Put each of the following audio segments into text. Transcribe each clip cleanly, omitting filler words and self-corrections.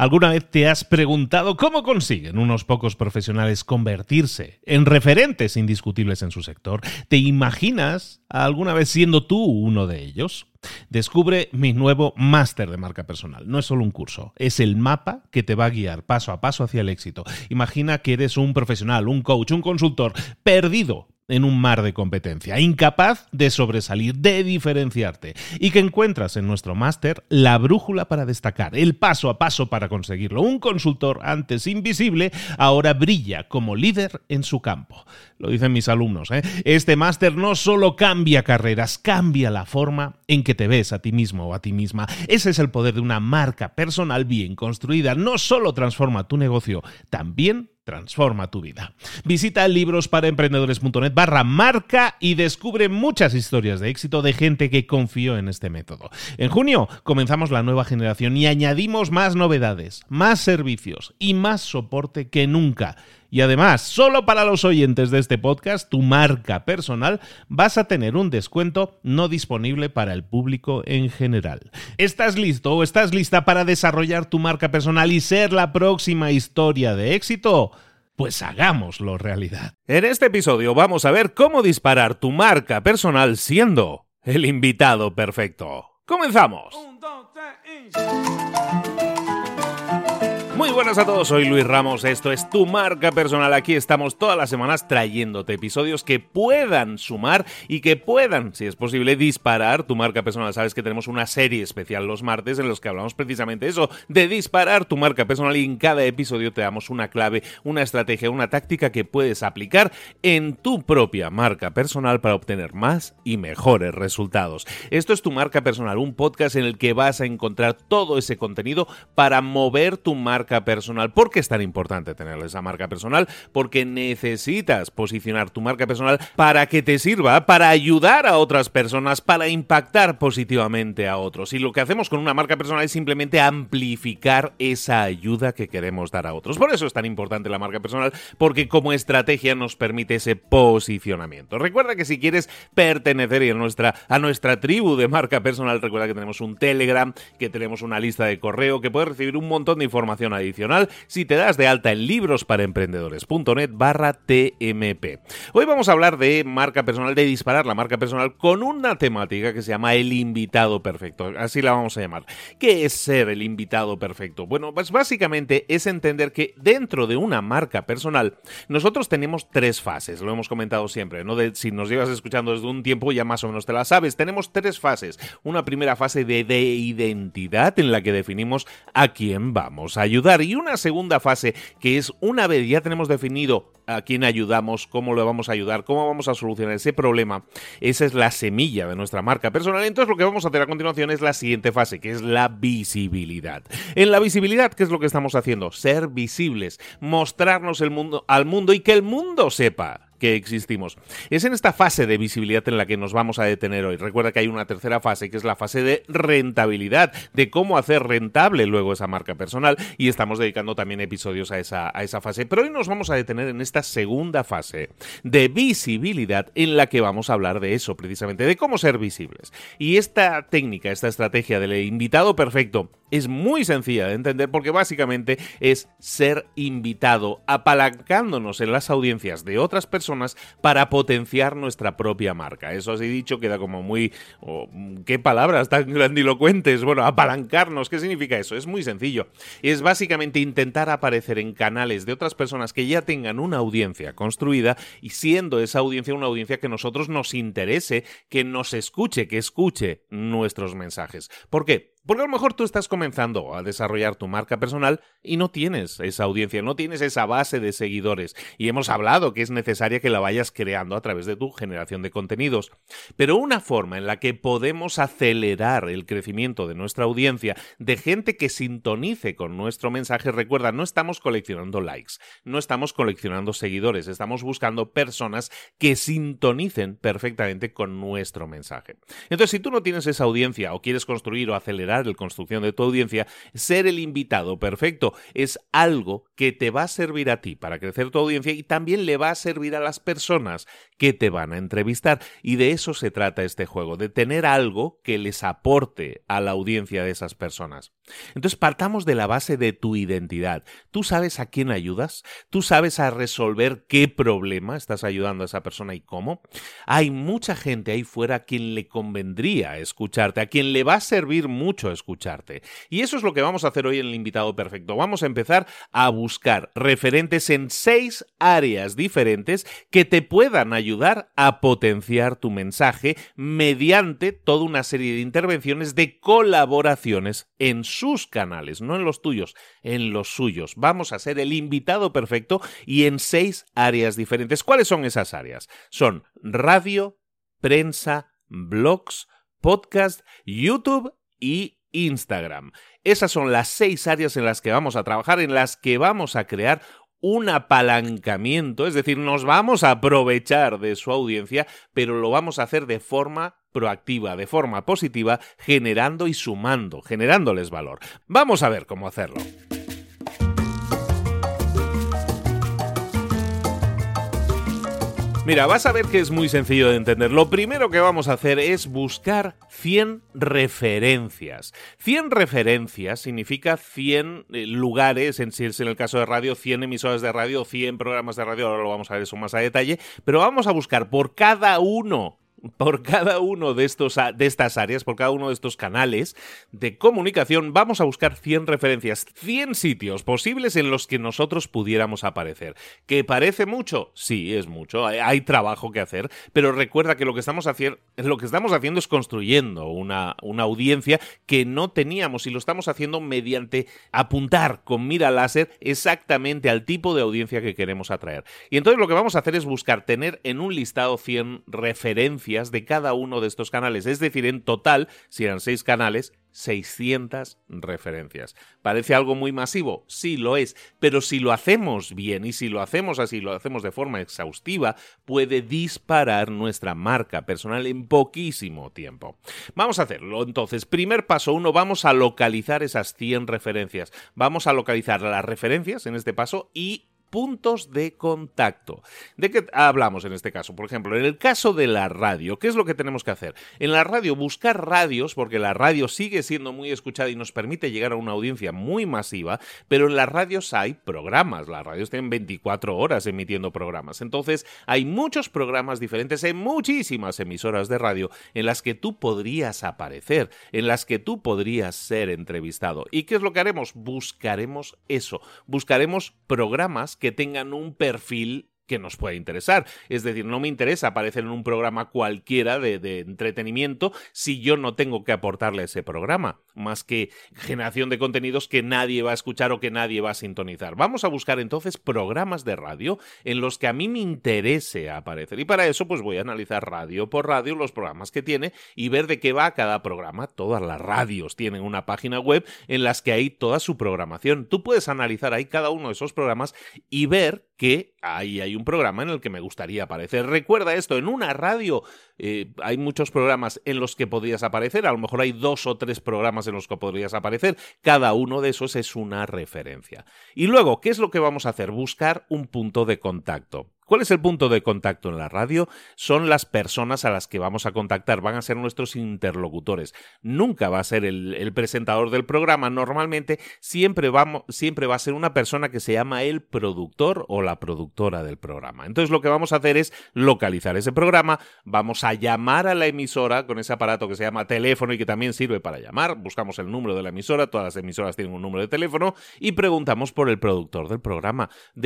¿Alguna vez te has preguntado cómo consiguen unos pocos profesionales convertirse en referentes indiscutibles en su sector? ¿Te imaginas alguna vez siendo tú uno de ellos? Descubre mi nuevo máster de marca personal. No es solo un curso, es el mapa que te va a guiar paso a paso hacia el éxito. Imagina que eres un profesional, un coach, un consultor perdido en un mar de competencia, incapaz de sobresalir, de diferenciarte, y que encuentras en nuestro máster la brújula para destacar, el paso a paso para conseguirlo. Un consultor antes invisible ahora brilla como líder en su campo. Lo dicen mis alumnos, ¿eh? Este máster no solo cambia carreras, cambia la forma en que te ves a ti mismo o a ti misma. Ese es el poder de una marca personal bien construida. No solo transforma tu negocio, también transforma tu vida. Visita librosparaemprendedores.net/marca y descubre muchas historias de éxito de gente que confió en este método. En junio comenzamos la nueva generación y añadimos más novedades, más servicios y más soporte que nunca. Y además, solo para los oyentes de este podcast, tu marca personal, vas a tener un descuento no disponible para el público en general. ¿Estás listo o estás lista para desarrollar tu marca personal y ser la próxima historia de éxito? Pues hagámoslo realidad. En este episodio vamos a ver cómo disparar tu marca personal siendo el invitado perfecto. ¡Comenzamos! 1, 2, 3 y... Muy buenas a todos, soy Luis Ramos, esto es Tu Marca Personal. Aquí estamos todas las semanas trayéndote episodios que puedan sumar y que puedan, si es posible, disparar tu marca personal. Sabes que tenemos una serie especial los martes en los que hablamos precisamente eso, de disparar tu marca personal, y en cada episodio te damos una clave, una estrategia, una táctica que puedes aplicar en tu propia marca personal para obtener más y mejores resultados. Esto es Tu Marca Personal, un podcast en el que vas a encontrar todo ese contenido para mover tu marca personal. ¿Por qué es tan importante tener esa marca personal? Porque necesitas posicionar tu marca personal para que te sirva, para ayudar a otras personas, para impactar positivamente a otros. Y lo que hacemos con una marca personal es simplemente amplificar esa ayuda que queremos dar a otros. Por eso es tan importante la marca personal, porque como estrategia nos permite ese posicionamiento. Recuerda que si quieres pertenecer a nuestra tribu de marca personal, recuerda que tenemos un Telegram, que tenemos una lista de correo, que puedes recibir un montón de información adicional si te das de alta en librosparaemprendedores.net/TMP. Hoy vamos a hablar de marca personal, de disparar la marca personal con una temática que se llama el invitado perfecto. Así la vamos a llamar. ¿Qué es ser el invitado perfecto? Bueno, pues básicamente es entender que dentro de una marca personal nosotros tenemos 3 fases. Lo hemos comentado siempre, ¿no? Si nos llevas escuchando desde un tiempo ya más o menos te la sabes. Tenemos 3 fases. Una primera fase de identidad en la que definimos a quién vamos a ayudar. Y una segunda fase que es, una vez ya tenemos definido a quién ayudamos, cómo lo vamos a ayudar, cómo vamos a solucionar ese problema, esa es la semilla de nuestra marca personal. Entonces lo que vamos a hacer a continuación es la siguiente fase, que es la visibilidad. En la visibilidad, ¿qué es lo que estamos haciendo? Ser visibles, mostrarnos al mundo y que el mundo sepa que existimos. Es en esta fase de visibilidad en la que nos vamos a detener hoy. Recuerda que hay una tercera fase, que es la fase de rentabilidad, de cómo hacer rentable luego esa marca personal, y estamos dedicando también episodios a esa fase. Pero hoy nos vamos a detener en esta segunda fase de visibilidad, en la que vamos a hablar de eso, precisamente, de cómo ser visibles. Y esta técnica, esta estrategia del invitado perfecto es muy sencilla de entender, porque básicamente es ser invitado, apalancándonos en las audiencias de otras personas para potenciar nuestra propia marca. Eso así dicho queda como muy... ¿qué palabras tan grandilocuentes? Bueno, apalancarnos, ¿qué significa eso? Es muy sencillo. Es básicamente intentar aparecer en canales de otras personas que ya tengan una audiencia construida, y siendo esa audiencia una audiencia que a nosotros nos interese, que nos escuche, que escuche nuestros mensajes. ¿Por qué? Porque a lo mejor tú estás comenzando a desarrollar tu marca personal y no tienes esa audiencia, no tienes esa base de seguidores. Y hemos hablado que es necesaria que la vayas creando a través de tu generación de contenidos. Pero una forma en la que podemos acelerar el crecimiento de nuestra audiencia, de gente que sintonice con nuestro mensaje, recuerda, no estamos coleccionando likes, no estamos coleccionando seguidores, estamos buscando personas que sintonicen perfectamente con nuestro mensaje. Entonces, si tú no tienes esa audiencia o quieres construir o acelerar la construcción de tu audiencia, ser el invitado perfecto es algo que te va a servir a ti para crecer tu audiencia y también le va a servir a las personas que te van a entrevistar. Y de eso se trata este juego, de tener algo que les aporte a la audiencia de esas personas. Entonces partamos de la base de tu identidad. ¿Tú sabes a quién ayudas? ¿Tú sabes a resolver qué problema estás ayudando a esa persona y cómo? Hay mucha gente ahí fuera a quien le convendría escucharte, a quien le va a servir mucho escucharte. Y eso es lo que vamos a hacer hoy en el Invitado Perfecto. Vamos a empezar a buscar referentes en 6 áreas diferentes que te puedan ayudar a potenciar tu mensaje mediante toda una serie de intervenciones, de colaboraciones en sus canales, no en los tuyos, en los suyos. Vamos a ser el invitado perfecto y en 6 áreas diferentes. ¿Cuáles son esas áreas? Son radio, prensa, blogs, podcast, YouTube y Instagram. Esas son las 6 áreas en las que vamos a trabajar, en las que vamos a crear un apalancamiento, es decir, nos vamos a aprovechar de su audiencia, pero lo vamos a hacer de forma proactiva, de forma positiva, generando y sumando, generándoles valor. Vamos a ver cómo hacerlo. Mira, vas a ver que es muy sencillo de entender. Lo primero que vamos a hacer es buscar 100 referencias. 100 referencias significa 100 lugares, si es en el caso de radio, 100 emisoras de radio, 100 programas de radio, ahora lo vamos a ver eso más a detalle, pero vamos a buscar por cada uno de estas áreas, por cada uno de estos canales de comunicación, vamos a buscar 100 referencias, 100 sitios posibles en los que nosotros pudiéramos aparecer. ¿Que parece mucho? Sí, es mucho, hay trabajo que hacer, pero recuerda que lo que estamos haciendo es construyendo una audiencia que no teníamos y lo estamos haciendo mediante apuntar con mira láser exactamente al tipo de audiencia que queremos atraer. Y entonces lo que vamos a hacer es buscar tener en un listado 100 referencias de cada uno de estos canales, es decir, en total, si eran 6 canales, 600 referencias. ¿Parece algo muy masivo? Sí, lo es, pero si lo hacemos bien y si lo hacemos así, lo hacemos de forma exhaustiva, puede disparar nuestra marca personal en poquísimo tiempo. Vamos a hacerlo. Entonces, primer paso 1, vamos a localizar esas 100 referencias. Vamos a localizar las referencias en este paso y puntos de contacto. ¿De qué hablamos en este caso? Por ejemplo, en el caso de la radio, ¿qué es lo que tenemos que hacer? En la radio, buscar radios, porque la radio sigue siendo muy escuchada y nos permite llegar a una audiencia muy masiva, pero en las radios hay programas. Las radios tienen 24 horas emitiendo programas. Entonces, hay muchos programas diferentes en muchísimas emisoras de radio en las que tú podrías aparecer, en las que tú podrías ser entrevistado. ¿Y qué es lo que haremos? Buscaremos eso. Buscaremos programas que tengan un perfil que nos pueda interesar. Es decir, no me interesa aparecer en un programa cualquiera de entretenimiento si yo no tengo que aportarle a ese programa, más que generación de contenidos que nadie va a escuchar o que nadie va a sintonizar. Vamos a buscar entonces programas de radio en los que a mí me interese aparecer. Y para eso pues voy a analizar radio por radio los programas que tiene y ver de qué va cada programa. Todas las radios tienen una página web en las que hay toda su programación. Tú puedes analizar ahí cada uno de esos programas y ver que ahí hay un programa en el que me gustaría aparecer. Recuerda esto, en una radio hay muchos programas en los que podrías aparecer, a lo mejor hay 2 o 3 programas en los que podrías aparecer, cada uno de esos es una referencia. Y luego, ¿qué es lo que vamos a hacer? Buscar un punto de contacto. ¿Cuál es el punto de contacto en la radio? Son las personas a las que vamos a contactar, van a ser nuestros interlocutores. Nunca va a ser el presentador del programa, normalmente siempre va a ser una persona que se llama el productor o la productora del programa. Entonces lo que vamos a hacer es localizar ese programa, vamos a llamar a la emisora con ese aparato que se llama teléfono y que también sirve para llamar, buscamos el número de la emisora, todas las emisoras tienen un número de teléfono y preguntamos por el productor del programa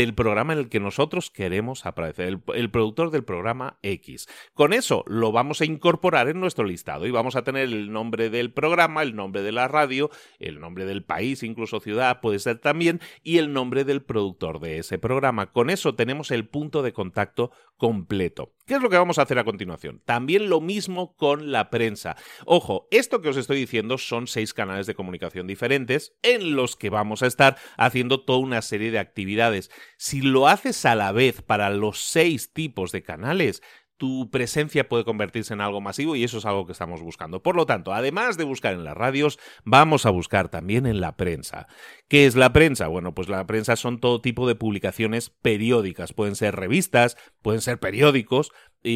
en el que nosotros queremos aparecer, el productor del programa X. Con eso lo vamos a incorporar en nuestro listado y vamos a tener el nombre del programa, el nombre de la radio, el nombre del país, incluso ciudad puede ser también, y el nombre del productor de ese programa. Con eso tenemos el punto de contacto completo. ¿Qué es lo que vamos a hacer a continuación? También lo mismo con la prensa. Ojo, esto que os estoy diciendo son 6 canales de comunicación diferentes en los que vamos a estar haciendo toda una serie de actividades. Si lo haces a la vez para los 6 tipos de canales, tu presencia puede convertirse en algo masivo y eso es algo que estamos buscando. Por lo tanto, además de buscar en las radios, vamos a buscar también en la prensa. ¿Qué es la prensa? Bueno, pues la prensa son todo tipo de publicaciones periódicas. Pueden ser revistas, pueden ser periódicos,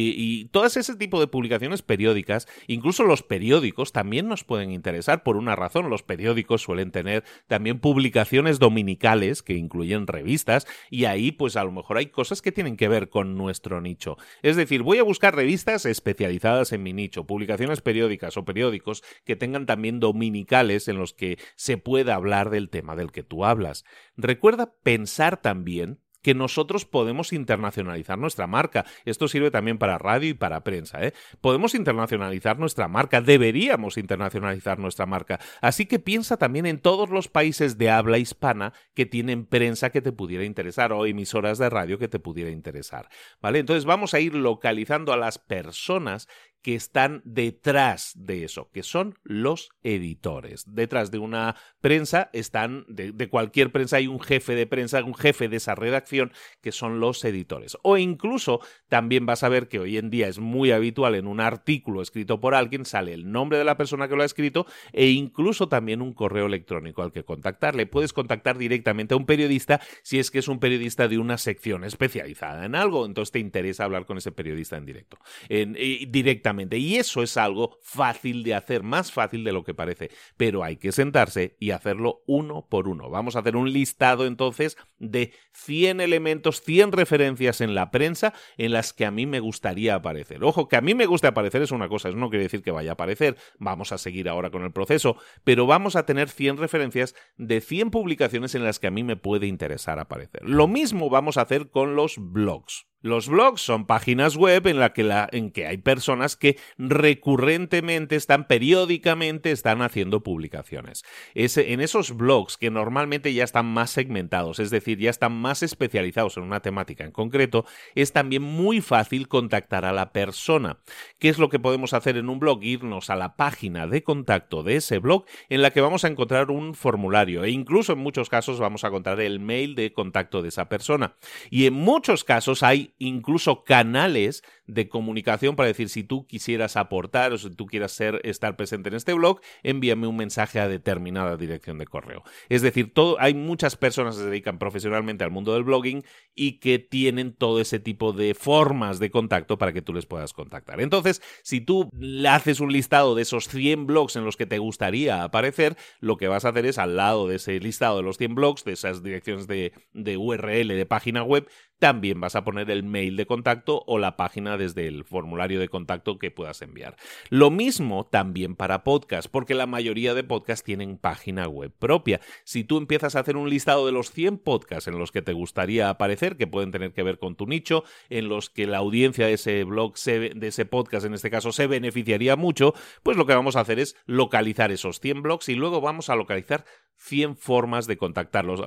y todas ese tipo de publicaciones periódicas, incluso los periódicos también nos pueden interesar por una razón. Los periódicos suelen tener también publicaciones dominicales que incluyen revistas y ahí pues a lo mejor hay cosas que tienen que ver con nuestro nicho. Es decir, voy a buscar revistas especializadas en mi nicho, publicaciones periódicas o periódicos que tengan también dominicales en los que se pueda hablar del tema del que tú hablas. Recuerda pensar también que nosotros podemos internacionalizar nuestra marca. Esto sirve también para radio y para prensa, ¿eh? Podemos internacionalizar nuestra marca, deberíamos internacionalizar nuestra marca. Así que piensa también en todos los países de habla hispana que tienen prensa que te pudiera interesar o emisoras de radio que te pudiera interesar, ¿vale? Entonces vamos a ir localizando a las personas que están detrás de eso, que son los editores. Detrás de una prensa están, de cualquier prensa hay un jefe de prensa, un jefe de esa redacción, que son los editores. O incluso también vas a ver que hoy en día es muy habitual en un artículo escrito por alguien, sale el nombre de la persona que lo ha escrito e incluso también un correo electrónico al que contactarle. Puedes contactar directamente a un periodista si es que es un periodista de una sección especializada en algo, entonces te interesa hablar con ese periodista en directo, directamente. Y eso es algo fácil de hacer, más fácil de lo que parece, pero hay que sentarse y hacerlo uno por uno. Vamos a hacer un listado entonces de 100 elementos, 100 referencias en la prensa en las que a mí me gustaría aparecer. Ojo, que a mí me guste aparecer es una cosa, eso no quiere decir que vaya a aparecer, vamos a seguir ahora con el proceso, pero vamos a tener 100 referencias de 100 publicaciones en las que a mí me puede interesar aparecer. Lo mismo vamos a hacer con los blogs. Los blogs son páginas web en que hay personas que recurrentemente periódicamente están haciendo publicaciones. En esos blogs que normalmente ya están más segmentados, es decir, ya están más especializados en una temática en concreto, es también muy fácil contactar a la persona. ¿Qué es lo que podemos hacer en un blog? Irnos a la página de contacto de ese blog en la que vamos a encontrar un formulario e incluso en muchos casos vamos a encontrar el mail de contacto de esa persona. Y en muchos casos hay incluso canales de comunicación para decir, si tú quisieras aportar o si tú quieras estar presente en este blog, envíame un mensaje a determinada dirección de correo. Es decir, hay muchas personas que se dedican profesionalmente al mundo del blogging y que tienen todo ese tipo de formas de contacto para que tú les puedas contactar. Entonces, si tú le haces un listado de esos 100 blogs en los que te gustaría aparecer, lo que vas a hacer es, al lado de ese listado de los 100 blogs, de esas direcciones de URL de página web, también vas a poner el mail de contacto o la página desde el formulario de contacto que puedas enviar. Lo mismo también para podcast, porque la mayoría de podcasts tienen página web propia. Si tú empiezas a hacer un listado de los 100 podcasts en los que te gustaría aparecer, que pueden tener que ver con tu nicho, en los que la audiencia de ese blog, de ese podcast en este caso, se beneficiaría mucho, pues lo que vamos a hacer es localizar esos 100 blogs y luego vamos a localizar 100 formas de contactarlos.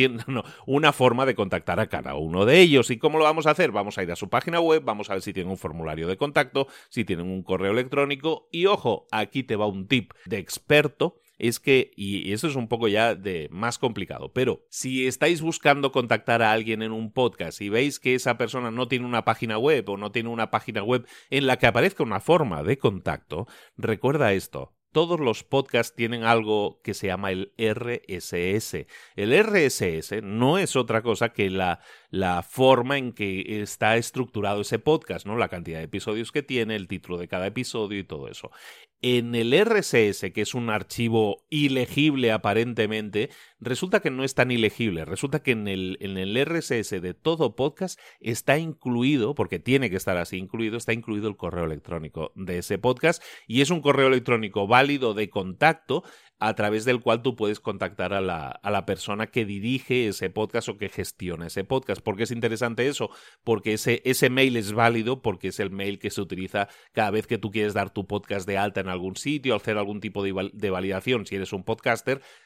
Una forma de contactar a cada uno de ellos. ¿Y cómo lo vamos a hacer? Vamos a ir a su página web, vamos a ver si tienen un formulario de contacto, si tienen un correo electrónico y ojo, aquí te va un tip de experto. Es que, y eso es un poco ya de más complicado, pero si estáis buscando contactar a alguien en un podcast y veis que esa persona no tiene una página web o no tiene una página web en la que aparezca una forma de contacto, recuerda esto. Todos los podcasts tienen algo que se llama el RSS. El RSS no es otra cosa que la forma en que está estructurado ese podcast, ¿no? La cantidad de episodios que tiene, el título de cada episodio y todo eso. En el RSS, que es un archivo ilegible aparentemente, resulta que no es tan ilegible. Resulta que en el RSS de todo podcast está incluido, porque tiene que estar así incluido, está incluido el correo electrónico de ese podcast y es un correo electrónico válido de contacto a través del cual tú puedes contactar a la persona que dirige ese podcast o que gestiona ese podcast. ¿Por qué es interesante eso? Porque ese mail es válido, porque es el mail que se utiliza cada vez que tú quieres dar tu podcast de alta en algún sitio, hacer algún tipo de validación. Si eres un podcaster,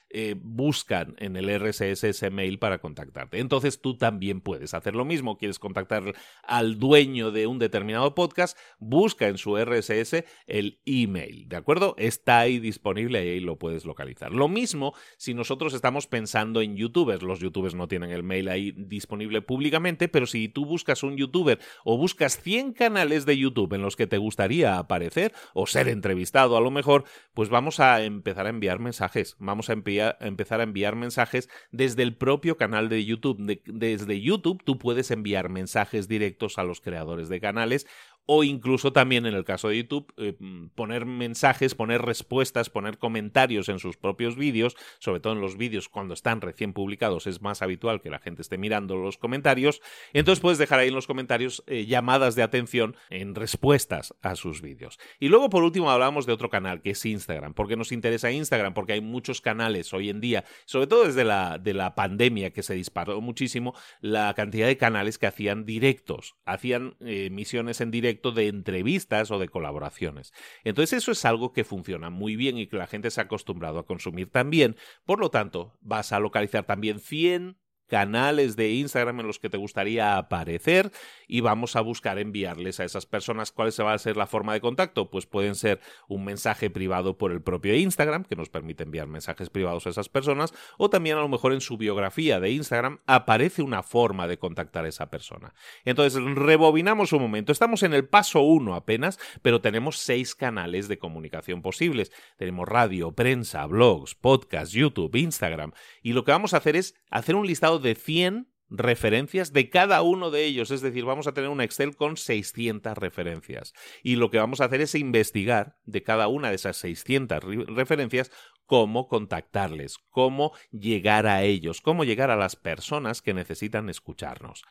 buscan en el RSS ese mail para contactarte. Entonces tú también puedes hacer lo mismo. ¿Quieres contactar al dueño de un determinado podcast? Busca en su RSS el email, ¿de acuerdo? Está ahí disponible y ahí lo puedes localizar. Lo mismo si nosotros estamos pensando en youtubers. Los youtubers no tienen el mail ahí disponible públicamente, pero si tú buscas un youtuber o buscas 100 canales de YouTube en los que te gustaría aparecer o ser entrevistado a lo mejor, pues vamos a empezar a enviar mensajes. Vamos a empezar a enviar mensajes desde el propio canal de YouTube. Desde YouTube tú puedes enviar mensajes directos a los creadores de canales, o incluso también en el caso de YouTube poner mensajes, poner respuestas, poner comentarios en sus propios vídeos. Sobre todo en los vídeos cuando están recién publicados es más habitual que la gente esté mirando los comentarios. Entonces puedes dejar ahí en los comentarios llamadas de atención en respuestas a sus vídeos. Y luego por último hablamos de otro canal que es Instagram. ¿Por qué nos interesa Instagram? Porque hay muchos canales hoy en día, sobre todo desde la pandemia, que se disparó muchísimo la cantidad de canales que hacían directos, hacían emisiones en directo de entrevistas o de colaboraciones. Entonces eso es algo que funciona muy bien y que la gente se ha acostumbrado a consumir también. Por lo tanto, vas a localizar también 100 canales de Instagram en los que te gustaría aparecer y vamos a buscar enviarles a esas personas. ¿Cuál va a ser la forma de contacto? Pues pueden ser un mensaje privado por el propio Instagram, que nos permite enviar mensajes privados a esas personas, o también a lo mejor en su biografía de Instagram aparece una forma de contactar a esa persona. Entonces, rebobinamos un momento. Estamos en el paso 1 apenas, pero tenemos 6 canales de comunicación posibles. Tenemos radio, prensa, blogs, podcast, YouTube, Instagram, y lo que vamos a hacer es hacer un listado de 100 referencias de cada uno de ellos, es decir, vamos a tener un Excel con 600 referencias y lo que vamos a hacer es investigar de cada una de esas 600 referencias cómo contactarles, cómo llegar a ellos, cómo llegar a las personas que necesitan escucharnos.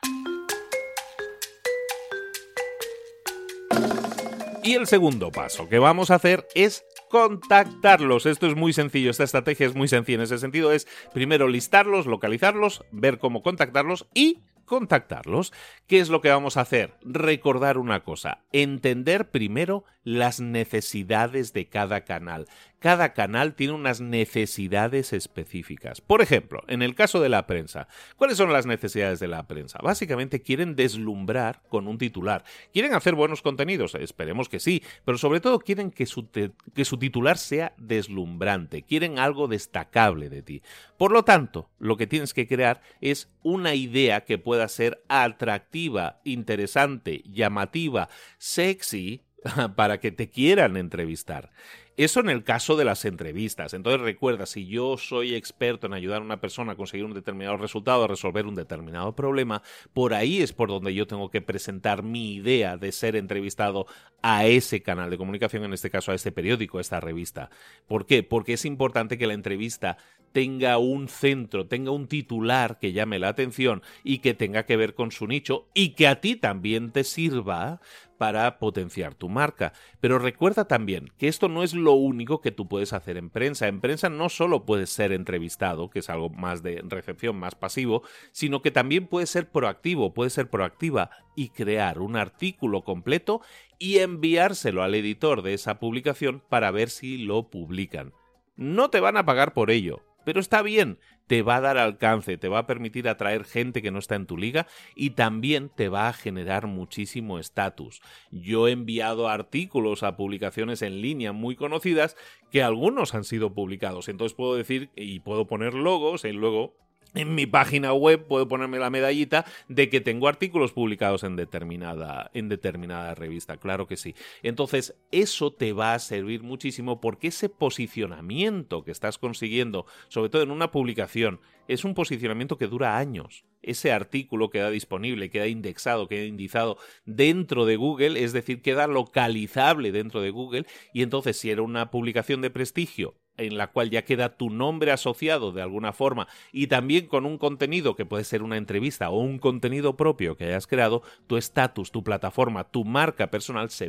Y el segundo paso que vamos a hacer es contactarlos. Esto es muy sencillo, esta estrategia es muy sencilla en ese sentido. Es primero listarlos, localizarlos, ver cómo contactarlos y contactarlos. ¿Qué es lo que vamos a hacer? Recordar una cosa, entender primero las necesidades de cada canal. Cada canal tiene unas necesidades específicas. Por ejemplo, en el caso de la prensa, ¿cuáles son las necesidades de la prensa? Básicamente quieren deslumbrar con un titular. Quieren hacer buenos contenidos, esperemos que sí, pero sobre todo quieren que su titular sea deslumbrante. Quieren algo destacable de ti. Por lo tanto, lo que tienes que crear es una idea que pueda ser atractiva, interesante, llamativa, sexy, para que te quieran entrevistar. Eso en el caso de las entrevistas. Entonces recuerda, si yo soy experto en ayudar a una persona a conseguir un determinado resultado, a resolver un determinado problema, por ahí es por donde yo tengo que presentar mi idea de ser entrevistado a ese canal de comunicación, en este caso a este periódico, a esta revista. ¿Por qué? Porque es importante que la entrevista tenga un centro, tenga un titular que llame la atención y que tenga que ver con su nicho y que a ti también te sirva para potenciar tu marca. Pero recuerda también que esto no es lo único que tú puedes hacer en prensa. En prensa no solo puedes ser entrevistado, que es algo más de recepción, más pasivo, sino que también puedes ser proactivo, puedes ser proactiva y crear un artículo completo y enviárselo al editor de esa publicación para ver si lo publican. No te van a pagar por ello, pero está bien, te va a dar alcance, te va a permitir atraer gente que no está en tu liga y también te va a generar muchísimo estatus. Yo he enviado artículos a publicaciones en línea muy conocidas que algunos han sido publicados, entonces puedo decir y puedo poner logos y luego en mi página web puedo ponerme la medallita de que tengo artículos publicados en determinada revista, claro que sí. Entonces, eso te va a servir muchísimo porque ese posicionamiento que estás consiguiendo, sobre todo en una publicación, es un posicionamiento que dura años. Ese artículo queda disponible, queda indexado, queda indizado dentro de Google, es decir, queda localizable dentro de Google y entonces si era una publicación de prestigio en la cual ya queda tu nombre asociado de alguna forma y también con un contenido que puede ser una entrevista o un contenido propio que hayas creado, tu estatus, tu plataforma, tu marca personal se ve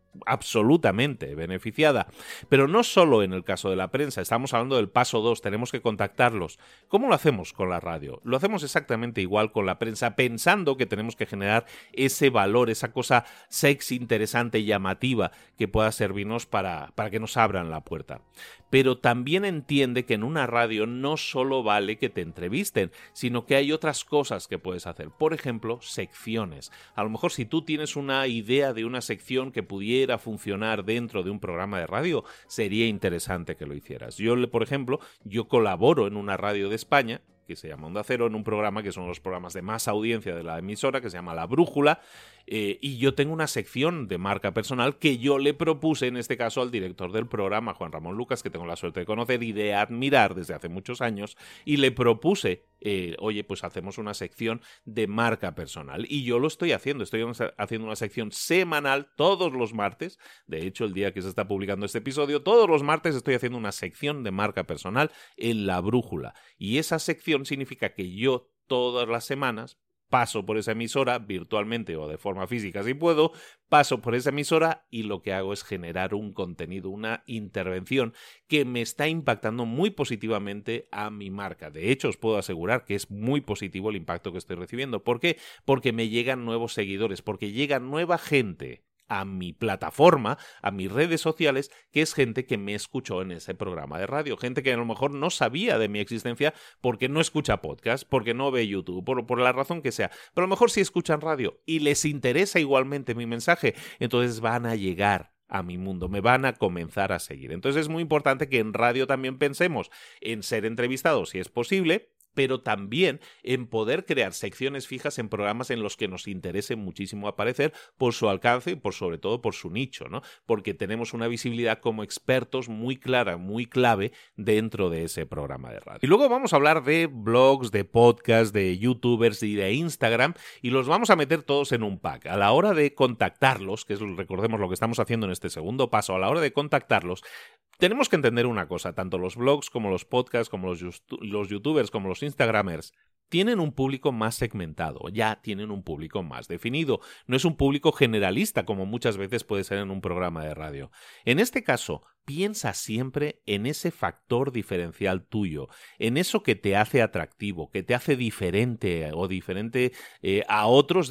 absolutamente beneficiada. Pero no solo en el caso de la prensa, estamos hablando del paso 2, tenemos que contactarlos. ¿Cómo lo hacemos con la radio? Lo hacemos exactamente igual con la prensa, pensando que tenemos que generar ese valor, esa cosa sexy, interesante y llamativa que pueda servirnos para que nos abran la puerta. Pero también entiende que en una radio no solo vale que te entrevisten, sino que hay otras cosas que puedes hacer. Por ejemplo, secciones. A lo mejor si tú tienes una idea de una sección que pudiera funcionar dentro de un programa de radio, sería interesante que lo hicieras. Por ejemplo, yo colaboro en una radio de España que se llama Onda Cero, en un programa que son los programas de más audiencia de la emisora, que se llama La Brújula, y yo tengo una sección de marca personal que yo le propuse, en este caso, al director del programa, Juan Ramón Lucas, que tengo la suerte de conocer y de admirar desde hace muchos años, y le propuse, oye, pues hacemos una sección de marca personal, y yo lo estoy haciendo una sección semanal todos los martes, de hecho, el día que se está publicando este episodio, todos los martes estoy haciendo una sección de marca personal en La Brújula, y esa sección significa que yo todas las semanas paso por esa emisora virtualmente o de forma física si puedo, paso por esa emisora y lo que hago es generar un contenido, una intervención que me está impactando muy positivamente a mi marca. De hecho, os puedo asegurar que es muy positivo el impacto que estoy recibiendo. ¿Por qué? Porque me llegan nuevos seguidores, porque llega nueva gente a mi plataforma, a mis redes sociales, que es gente que me escuchó en ese programa de radio, gente que a lo mejor no sabía de mi existencia porque no escucha podcast, porque no ve YouTube, por la razón que sea, pero a lo mejor sí escuchan radio y les interesa igualmente mi mensaje, entonces van a llegar a mi mundo, me van a comenzar a seguir. Entonces es muy importante que en radio también pensemos en ser entrevistados si es posible, pero también en poder crear secciones fijas en programas en los que nos interese muchísimo aparecer por su alcance y sobre todo por su nicho, ¿no? Porque tenemos una visibilidad como expertos muy clara, muy clave dentro de ese programa de radio. Y luego vamos a hablar de blogs, de podcasts, de youtubers y de Instagram y los vamos a meter todos en un pack. A la hora de contactarlos, que es, recordemos lo que estamos haciendo en este segundo paso, a la hora de contactarlos, tenemos que entender una cosa, tanto los blogs como los podcasts, como los youtubers, como los instagramers, tienen un público más segmentado, ya tienen un público más definido. No es un público generalista como muchas veces puede ser en un programa de radio. En este caso, piensa siempre en ese factor diferencial tuyo, en eso que te hace atractivo, que te hace diferente o diferente a otros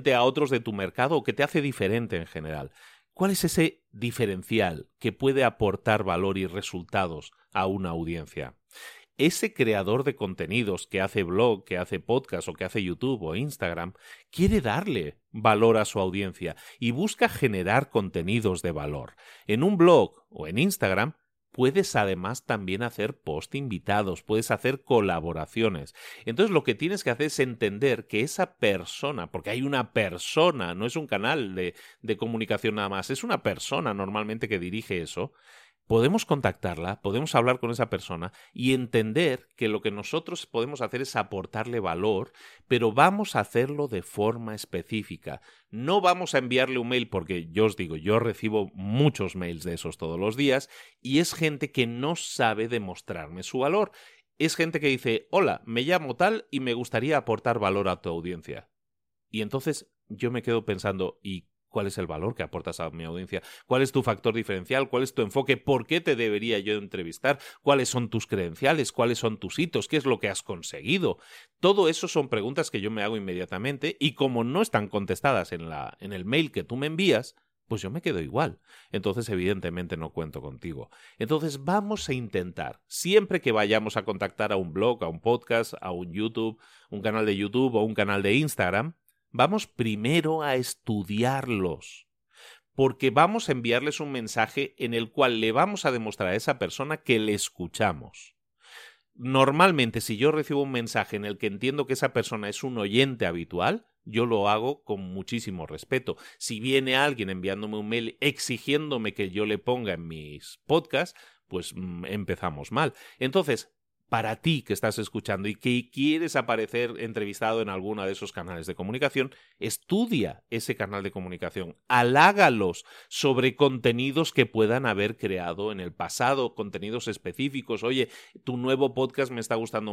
de tu mercado o que te hace diferente en general. ¿Cuál es ese diferencial que puede aportar valor y resultados a una audiencia? Ese creador de contenidos que hace blog, que hace podcast o que hace YouTube o Instagram, quiere darle valor a su audiencia y busca generar contenidos de valor. En un blog o en Instagram puedes además también hacer post invitados, puedes hacer colaboraciones. Entonces lo que tienes que hacer es entender que esa persona, porque hay una persona, no es un canal de comunicación nada más, es una persona normalmente que dirige eso, podemos contactarla, podemos hablar con esa persona y entender que lo que nosotros podemos hacer es aportarle valor, pero vamos a hacerlo de forma específica. No vamos a enviarle un mail porque yo os digo, yo recibo muchos mails de esos todos los días y es gente que no sabe demostrarme su valor. Es gente que dice, hola, me llamo tal y me gustaría aportar valor a tu audiencia. Y entonces yo me quedo pensando, ¿y cuál es el valor que aportas a mi audiencia? ¿Cuál es tu factor diferencial? ¿Cuál es tu enfoque? ¿Por qué te debería yo entrevistar? ¿Cuáles son tus credenciales? ¿Cuáles son tus hitos? ¿Qué es lo que has conseguido? Todo eso son preguntas que yo me hago inmediatamente y como no están contestadas en el mail que tú me envías, pues yo me quedo igual. Entonces, evidentemente, no cuento contigo. Entonces, vamos a intentar, siempre que vayamos a contactar a un blog, a un podcast, a un YouTube, un canal de YouTube o un canal de Instagram, vamos primero a estudiarlos, porque vamos a enviarles un mensaje en el cual le vamos a demostrar a esa persona que le escuchamos. Normalmente, si yo recibo un mensaje en el que entiendo que esa persona es un oyente habitual, yo lo hago con muchísimo respeto. Si viene alguien enviándome un mail exigiéndome que yo le ponga en mis podcasts, pues empezamos mal. Entonces, para ti que estás escuchando y que quieres aparecer entrevistado en alguno de esos canales de comunicación, estudia ese canal de comunicación, halágalos sobre contenidos que puedan haber creado en el pasado, contenidos específicos. Oye, tu nuevo podcast me está gustando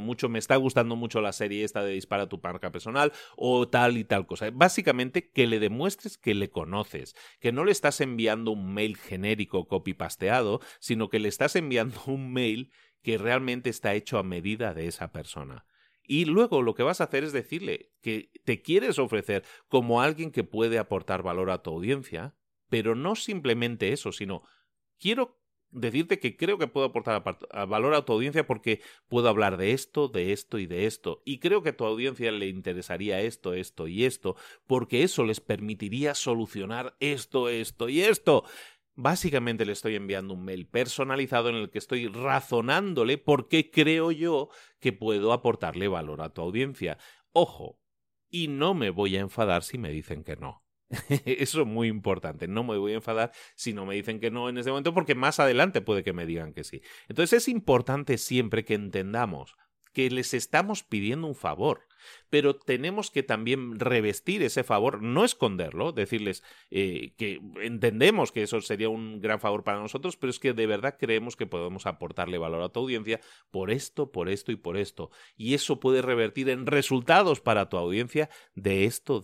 mucho la serie esta de Dispara tu marca personal o tal y tal cosa. Básicamente que le demuestres que le conoces, que no le estás enviando un mail genérico copy-pasteado, sino que le estás enviando un mail que realmente está hecho a medida de esa persona. Y luego lo que vas a hacer es decirle que te quieres ofrecer como alguien que puede aportar valor a tu audiencia, pero no simplemente eso, sino quiero decirte que creo que puedo aportar valor a tu audiencia porque puedo hablar de esto y de esto. Y creo que a tu audiencia le interesaría esto y esto, porque eso les permitiría solucionar esto y esto. Básicamente le estoy enviando un mail personalizado en el que estoy razonándole por qué creo yo que puedo aportarle valor a tu audiencia. Ojo, y no me voy a enfadar si me dicen que no. Eso es muy importante, no me voy a enfadar si no me dicen que no en este momento porque más adelante puede que me digan que sí. Entonces es importante siempre que entendamos que les estamos pidiendo un favor, pero tenemos que también revestir ese favor, no esconderlo, decirles que entendemos que eso sería un gran favor para nosotros, pero es que de verdad creemos que podemos aportarle valor a tu audiencia por esto y por esto. Y eso puede revertir en resultados para tu audiencia de esto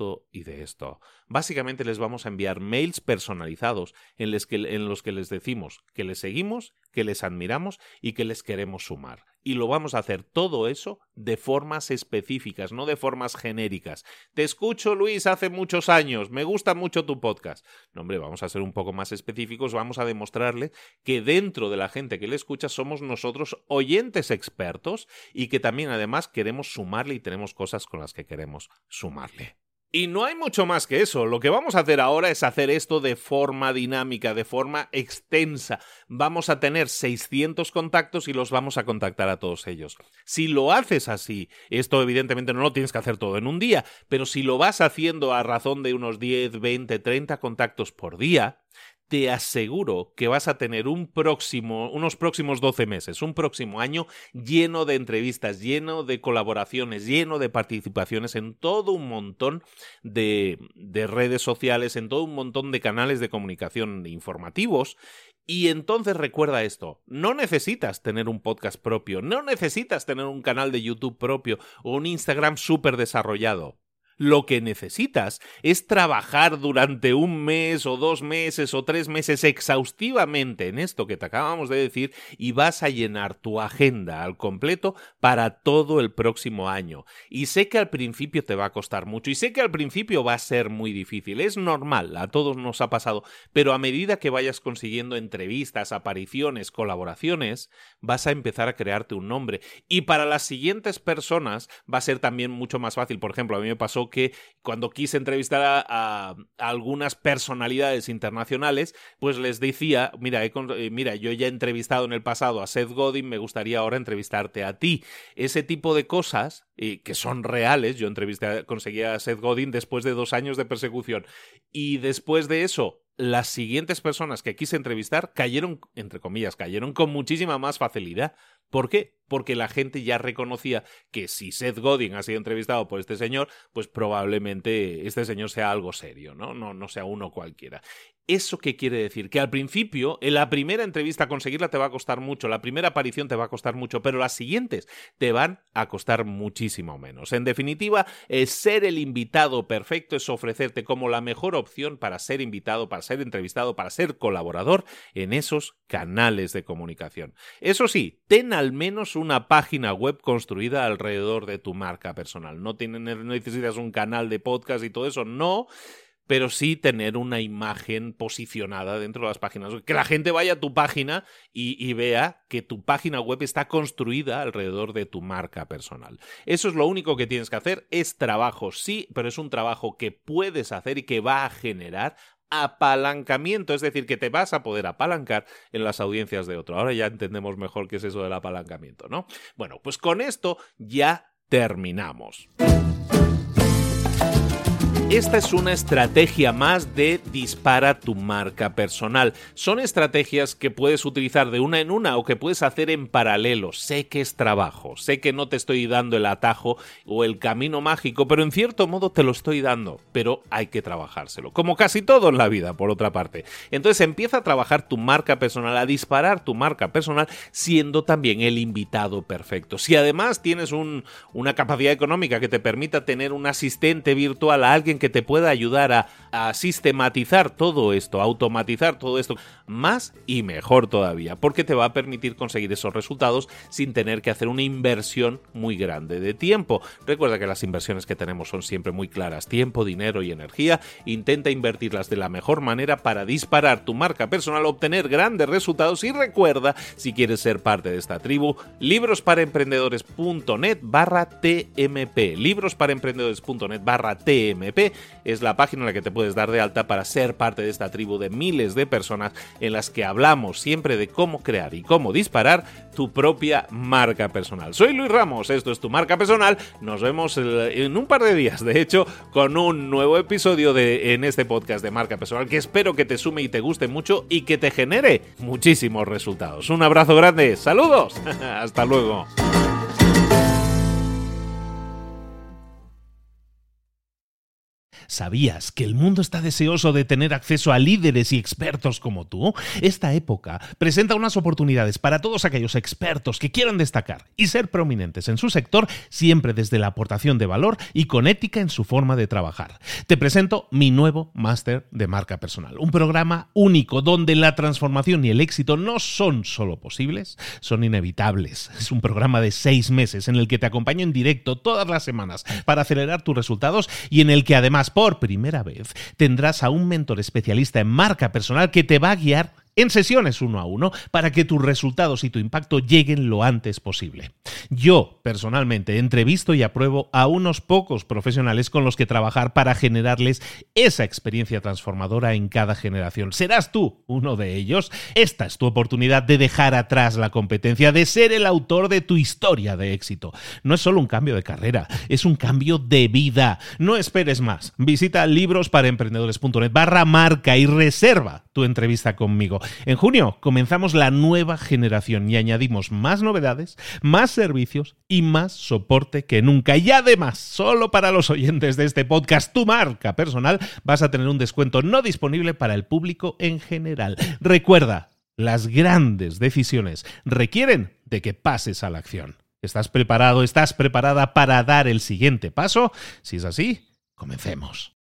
y de esto. Básicamente les vamos a enviar mails personalizados en los que les decimos que les seguimos, que les admiramos y que les queremos sumar. Y lo vamos a hacer todo eso de formas específicas, no de formas genéricas. Te escucho, Luis, hace muchos años, me gusta mucho tu podcast. No, hombre, vamos a ser un poco más específicos, vamos a demostrarle que dentro de la gente que le escucha somos nosotros oyentes expertos y que también además queremos sumarle y tenemos cosas con las que queremos sumarle. Y no hay mucho más que eso. Lo que vamos a hacer ahora es hacer esto de forma dinámica, de forma extensa. Vamos a tener 600 contactos y los vamos a contactar a todos ellos. Si lo haces así, esto evidentemente no lo tienes que hacer todo en un día, pero si lo vas haciendo a razón de unos 10, 20, 30 contactos por día, te aseguro que vas a tener unos próximos 12 meses, un próximo año lleno de entrevistas, lleno de colaboraciones, lleno de participaciones en todo un montón de redes sociales, en todo un montón de canales de comunicación informativos. Y entonces recuerda esto, no necesitas tener un podcast propio, no necesitas tener un canal de YouTube propio o un Instagram súper desarrollado. Lo que necesitas es trabajar durante un mes o 2 meses o 3 meses exhaustivamente en esto que te acabamos de decir y vas a llenar tu agenda al completo para todo el próximo año. Y sé que al principio te va a costar mucho y sé que al principio va a ser muy difícil. Es normal, a todos nos ha pasado, pero a medida que vayas consiguiendo entrevistas, apariciones, colaboraciones, vas a empezar a crearte un nombre. Y para las siguientes personas va a ser también mucho más fácil. Por ejemplo, a mí me pasó que cuando quise entrevistar a algunas personalidades internacionales, pues les decía, mira, yo ya he entrevistado en el pasado a Seth Godin, me gustaría ahora entrevistarte a ti. Ese tipo de cosas que son reales, yo conseguí a Seth Godin después de 2 años de persecución y después de eso las siguientes personas que quise entrevistar cayeron, entre comillas, cayeron con muchísima más facilidad. ¿Por qué? Porque la gente ya reconocía que si Seth Godin ha sido entrevistado por este señor, pues probablemente este señor sea algo serio, ¿no? No sea uno cualquiera. ¿Eso qué quiere decir? Que al principio, en la primera entrevista conseguirla te va a costar mucho, la primera aparición te va a costar mucho, pero las siguientes te van a costar muchísimo menos. En definitiva, ser el invitado perfecto es ofrecerte como la mejor opción para ser invitado, para ser entrevistado, para ser colaborador en esos canales de comunicación. Eso sí, ten al menos una página web construida alrededor de tu marca personal. No necesitas un canal de podcast y todo eso, no, pero sí tener una imagen posicionada dentro de las páginas. Que la gente vaya a tu página y vea que tu página web está construida alrededor de tu marca personal. Eso es lo único que tienes que hacer. Es trabajo, sí, pero es un trabajo que puedes hacer y que va a generar apalancamiento, es decir, que te vas a poder apalancar en las audiencias de otro. Ahora ya entendemos mejor qué es eso del apalancamiento, ¿no? Bueno, pues con esto ya terminamos. Esta es una estrategia más de dispara tu marca personal. Son estrategias que puedes utilizar de una en una o que puedes hacer en paralelo. Sé que es trabajo, sé que no te estoy dando el atajo o el camino mágico, pero en cierto modo te lo estoy dando, pero hay que trabajárselo, como casi todo en la vida, por otra parte. Entonces empieza a trabajar tu marca personal, a disparar tu marca personal, siendo también el invitado perfecto. Si además tienes una capacidad económica que te permita tener un asistente virtual, a alguien que te pueda ayudar a sistematizar todo esto, a automatizar todo esto, más y mejor todavía, porque te va a permitir conseguir esos resultados sin tener que hacer una inversión muy grande de tiempo. Recuerda que las inversiones que tenemos son siempre muy claras: tiempo, dinero y energía. Intenta invertirlas de la mejor manera para disparar tu marca personal, obtener grandes resultados. Y recuerda, si quieres ser parte de esta tribu, librosparaemprendedores.net/TMP. librosparaemprendedores.net/TMP es la página en la que te puedes dar de alta para ser parte de esta tribu de miles de personas en las que hablamos siempre de cómo crear y cómo disparar tu propia marca personal. Soy Luis Ramos, esto es Tu Marca Personal. Nos vemos en un par de días, de hecho, con un nuevo episodio en este podcast de Marca Personal que espero que te sume y te guste mucho y que te genere muchísimos resultados. Un abrazo grande, saludos, hasta luego. ¿Sabías que el mundo está deseoso de tener acceso a líderes y expertos como tú? Esta época presenta unas oportunidades para todos aquellos expertos que quieran destacar y ser prominentes en su sector, siempre desde la aportación de valor y con ética en su forma de trabajar. Te presento mi nuevo máster de marca personal, un programa único donde la transformación y el éxito no son solo posibles, son inevitables. Es un programa de 6 meses en el que te acompaño en directo todas las semanas para acelerar tus resultados y en el que además por primera vez tendrás a un mentor especialista en marca personal que te va a guiar en sesiones 1 a 1 para que tus resultados y tu impacto lleguen lo antes posible. Yo, personalmente, entrevisto y apruebo a unos pocos profesionales con los que trabajar para generarles esa experiencia transformadora en cada generación. ¿Serás tú uno de ellos? Esta es tu oportunidad de dejar atrás la competencia, de ser el autor de tu historia de éxito. No es solo un cambio de carrera, es un cambio de vida. No esperes más. Visita librosparaemprendedores.net/marca y reserva tu entrevista conmigo. En junio comenzamos la nueva generación y añadimos más novedades, más servicios y más soporte que nunca. Y además, solo para los oyentes de este podcast, Tu Marca Personal, vas a tener un descuento no disponible para el público en general. Recuerda, las grandes decisiones requieren de que pases a la acción. ¿Estás preparado? ¿Estás preparada para dar el siguiente paso? Si es así, comencemos.